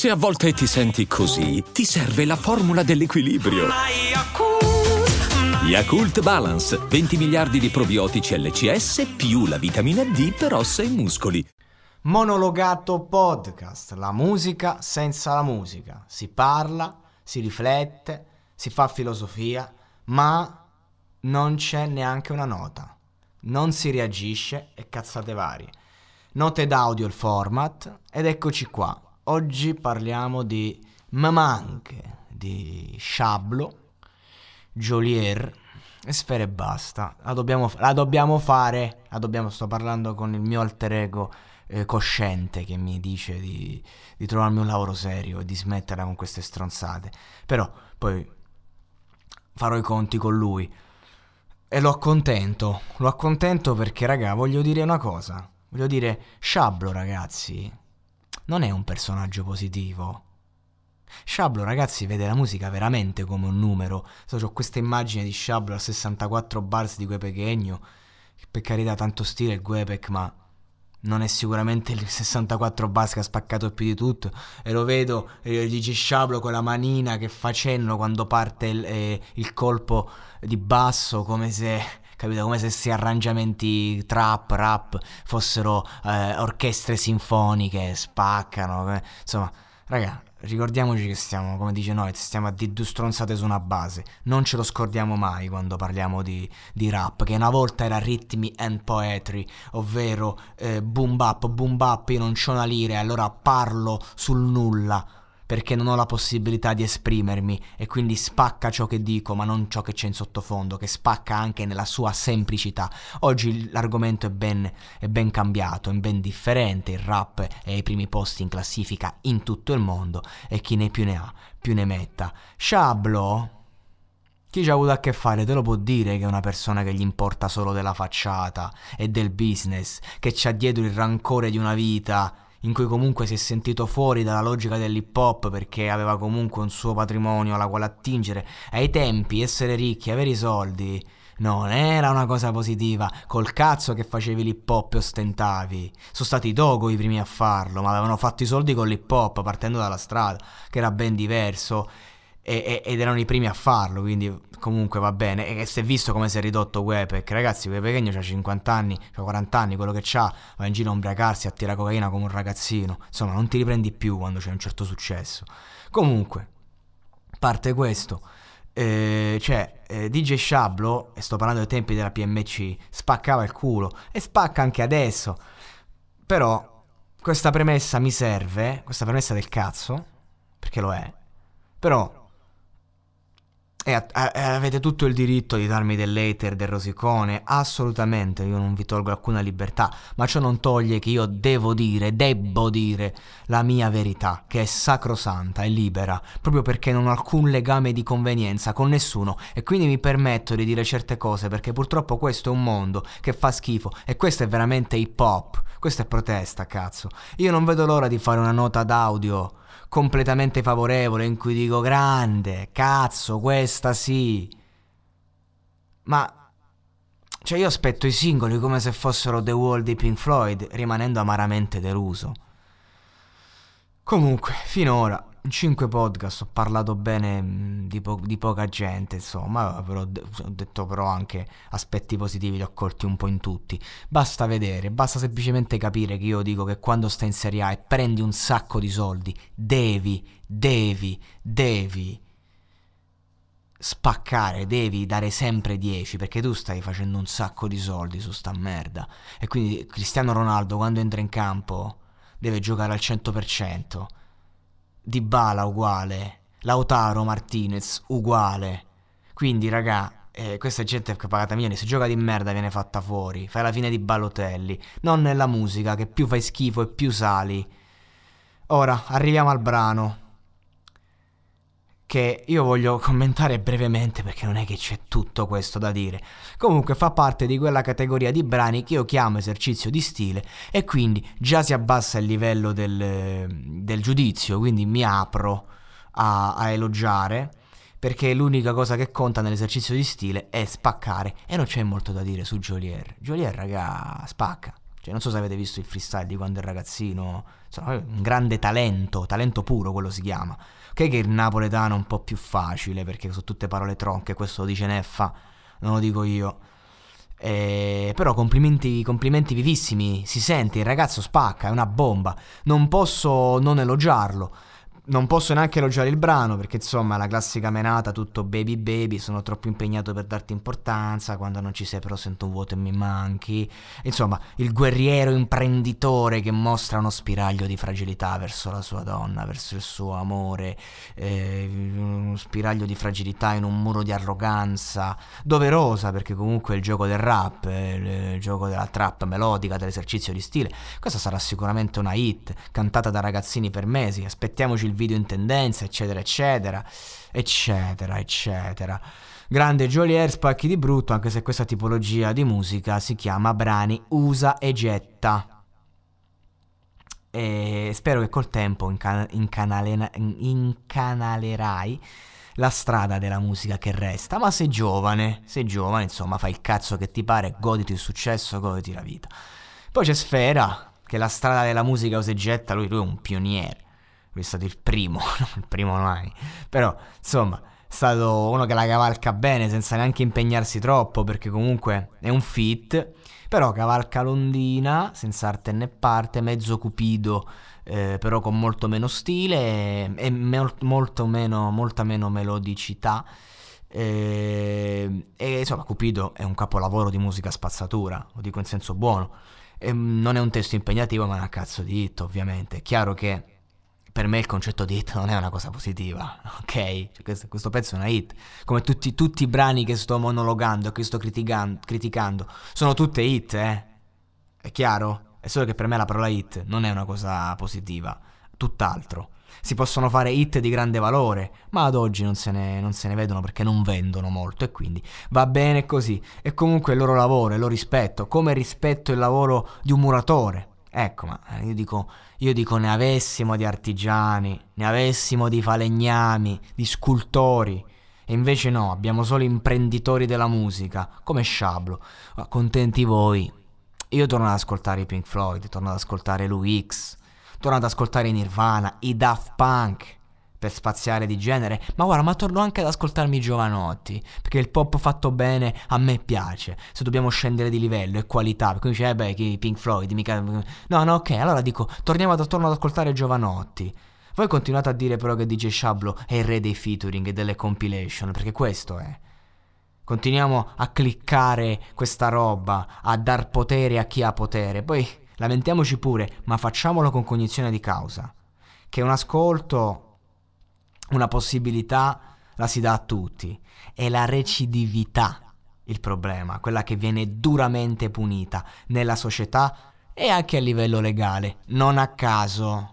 Se a volte ti senti così, ti serve la formula dell'equilibrio. Yakult Balance, 20 miliardi di probiotici LCS più la vitamina D per ossa e muscoli. Monologato podcast, la musica senza la musica. Si parla, si riflette, si fa filosofia, ma non c'è neanche una nota. Non si reagisce e cazzate varie. Note d'audio il format ed eccoci qua. Oggi parliamo di Mamanche, di Sciablo, Geolier e Sfera Ebbasta. Sto parlando con il mio alter ego cosciente che mi dice di trovarmi un lavoro serio e di smetterla con queste stronzate. Però poi farò i conti con lui e lo accontento perché, raga, voglio dire una cosa. Voglio dire, Sciablo, ragazzi, non è un personaggio positivo. Sciablo, ragazzi, vede la musica veramente come un numero. Ho questa immagine di Sciablo a 64 bars di Guepe Chegno. Per carità, tanto stile il Guepec, ma non è sicuramente il 64 bars che ha spaccato più di tutto. E lo vedo, dice Sciablo con la manina che fa cenno quando parte il colpo di basso, come se, capito, come se questi arrangiamenti trap, rap fossero orchestre sinfoniche, spaccano. Insomma, raga, ricordiamoci che stiamo, come dice noi, stiamo a dire due stronzate su una base. Non ce lo scordiamo mai quando parliamo di rap, che una volta era Rhythm and Poetry, ovvero boom bap, io non c'ho una lira e allora parlo sul nulla perché non ho la possibilità di esprimermi e quindi spacca ciò che dico, ma non ciò che c'è in sottofondo, che spacca anche nella sua semplicità. Oggi l'argomento è ben cambiato, è ben differente. Il rap è ai primi posti in classifica in tutto il mondo e chi ne più ne ha più ne metta. Sciablo, chi ci ha avuto a che fare te lo può dire che è una persona che gli importa solo della facciata e del business, che c'ha dietro il rancore di una vita in cui comunque si è sentito fuori dalla logica dell'hip hop perché aveva comunque un suo patrimonio alla quale attingere. Ai tempi essere ricchi, avere i soldi non era una cosa positiva. Col cazzo che facevi l'hip hop e ostentavi. Sono stati i Dogo i primi a farlo, ma avevano fatto i soldi con l'hip hop partendo dalla strada, che era ben diverso, ed erano i primi a farlo, quindi comunque va bene. E si è visto come si è ridotto Guepec, ragazzi. Guepec c'ha 50 anni, c'ha 40 anni, quello che c'ha, va in giro a ubriacarsi, a tirare cocaina come un ragazzino. Insomma, non ti riprendi più quando c'è un certo successo. Comunque, parte questo, DJ Sciablo, e sto parlando dei tempi della PMC, spaccava il culo e spacca anche adesso. Però questa premessa mi serve, questa premessa del cazzo, perché lo è. Però avete tutto il diritto di darmi dell'hater, del rosicone, assolutamente, io non vi tolgo alcuna libertà, ma ciò non toglie che io debbo dire la mia verità, che è sacrosanta e libera, proprio perché non ho alcun legame di convenienza con nessuno e quindi mi permetto di dire certe cose perché purtroppo questo è un mondo che fa schifo e questo è veramente hip hop, questa è protesta, cazzo. Io non vedo l'ora di fare una nota d'audio completamente favorevole in cui dico grande, cazzo, questa sì. Ma cioè io aspetto i singoli come se fossero The Wall di Pink Floyd, rimanendo amaramente deluso. Comunque, finora in 5 podcast ho parlato bene di poca gente, insomma, però ho detto però anche aspetti positivi li ho colti un po' in tutti. Basta vedere, basta semplicemente capire che io dico che quando stai in Serie A e prendi un sacco di soldi, devi spaccare, devi dare sempre 10 perché tu stai facendo un sacco di soldi su sta merda. E quindi Cristiano Ronaldo quando entra in campo deve giocare al 100%. Dybala uguale, Lautaro Martinez uguale. Quindi raga, questa gente è pagata milioni, se gioca di merda viene fatta fuori. Fai la fine di Balotelli. Non nella musica, che più fai schifo e più sali. Ora arriviamo al brano, che io voglio commentare brevemente perché non è che c'è tutto questo da dire. Comunque fa parte di quella categoria di brani che io chiamo esercizio di stile e quindi già si abbassa il livello del giudizio, quindi mi apro a elogiare perché l'unica cosa che conta nell'esercizio di stile è spaccare e non c'è molto da dire su Geolier. Geolier, raga, spacca. Cioè, non so se avete visto il freestyle di quando è ragazzino, insomma, un grande talento puro quello si chiama. Ok che il napoletano è un po' più facile perché sono tutte parole tronche, questo lo dice Neffa, non lo dico io. Però complimenti vivissimi, si sente, il ragazzo spacca, è una bomba, non posso non elogiarlo. Non posso neanche elogiare il brano perché insomma la classica menata, tutto baby baby, sono troppo impegnato per darti importanza, quando non ci sei però sento un vuoto e mi manchi. Insomma, il guerriero imprenditore che mostra uno spiraglio di fragilità verso la sua donna, verso il suo amore, uno spiraglio di fragilità in un muro di arroganza, doverosa perché comunque il gioco del rap, il gioco della trap melodica, dell'esercizio di stile, questa sarà sicuramente una hit, cantata da ragazzini per mesi, aspettiamoci il video in tendenza, eccetera eccetera eccetera eccetera. Grande Geolier, spacchi di brutto, anche se questa tipologia di musica si chiama brani usa e getta, e spero che col tempo incanalerai la strada della musica che resta. Ma sei giovane, insomma, fai il cazzo che ti pare, goditi il successo, goditi la vita. Poi c'è Sfera, che la strada della musica usa e getta, lui è un pioniere. Lui è stato il primo mai, però insomma è stato uno che la cavalca bene senza neanche impegnarsi troppo, perché comunque è un feat, però cavalca l'ondina senza arte né parte, mezzo Cupido, però con molto meno stile e molta meno melodicità, e insomma Cupido è un capolavoro di musica spazzatura, lo dico in senso buono, non è un testo impegnativo ma è una cazzo di hit, ovviamente. È chiaro che per me il concetto di hit non è una cosa positiva, ok? Cioè, questo pezzo è una hit, come tutti i brani che sto monologando, che sto criticando, sono tutte hit, è chiaro? È solo che per me la parola hit non è una cosa positiva, tutt'altro. Si possono fare hit di grande valore, ma ad oggi non se ne vedono perché non vendono molto, e quindi va bene così. E comunque il loro lavoro, e lo rispetto, come rispetto il lavoro di un muratore. Ecco, ma io dico ne avessimo di artigiani, ne avessimo di falegnami, di scultori, e invece no, abbiamo solo imprenditori della musica, come Sciablo. Ma contenti voi. Io torno ad ascoltare i Pink Floyd, torno ad ascoltare l'UX, torno ad ascoltare i Nirvana, i Daft Punk, per spaziare di genere, ma guarda, ma torno anche ad ascoltarmi i Giovanotti, perché il pop fatto bene a me piace. Se dobbiamo scendere di livello e qualità, perché mi dice che i Pink Floyd mica... No, ok, allora dico, torno ad ascoltare Giovanotti. Voi continuate a dire però che DJ Sciablo è il re dei featuring e delle compilation, perché questo è. Continuiamo a cliccare questa roba, a dar potere a chi ha potere, poi lamentiamoci pure, ma facciamolo con cognizione di causa, che un ascolto, una possibilità la si dà a tutti. È la recidività il problema, quella che viene duramente punita nella società e anche a livello legale. Non a caso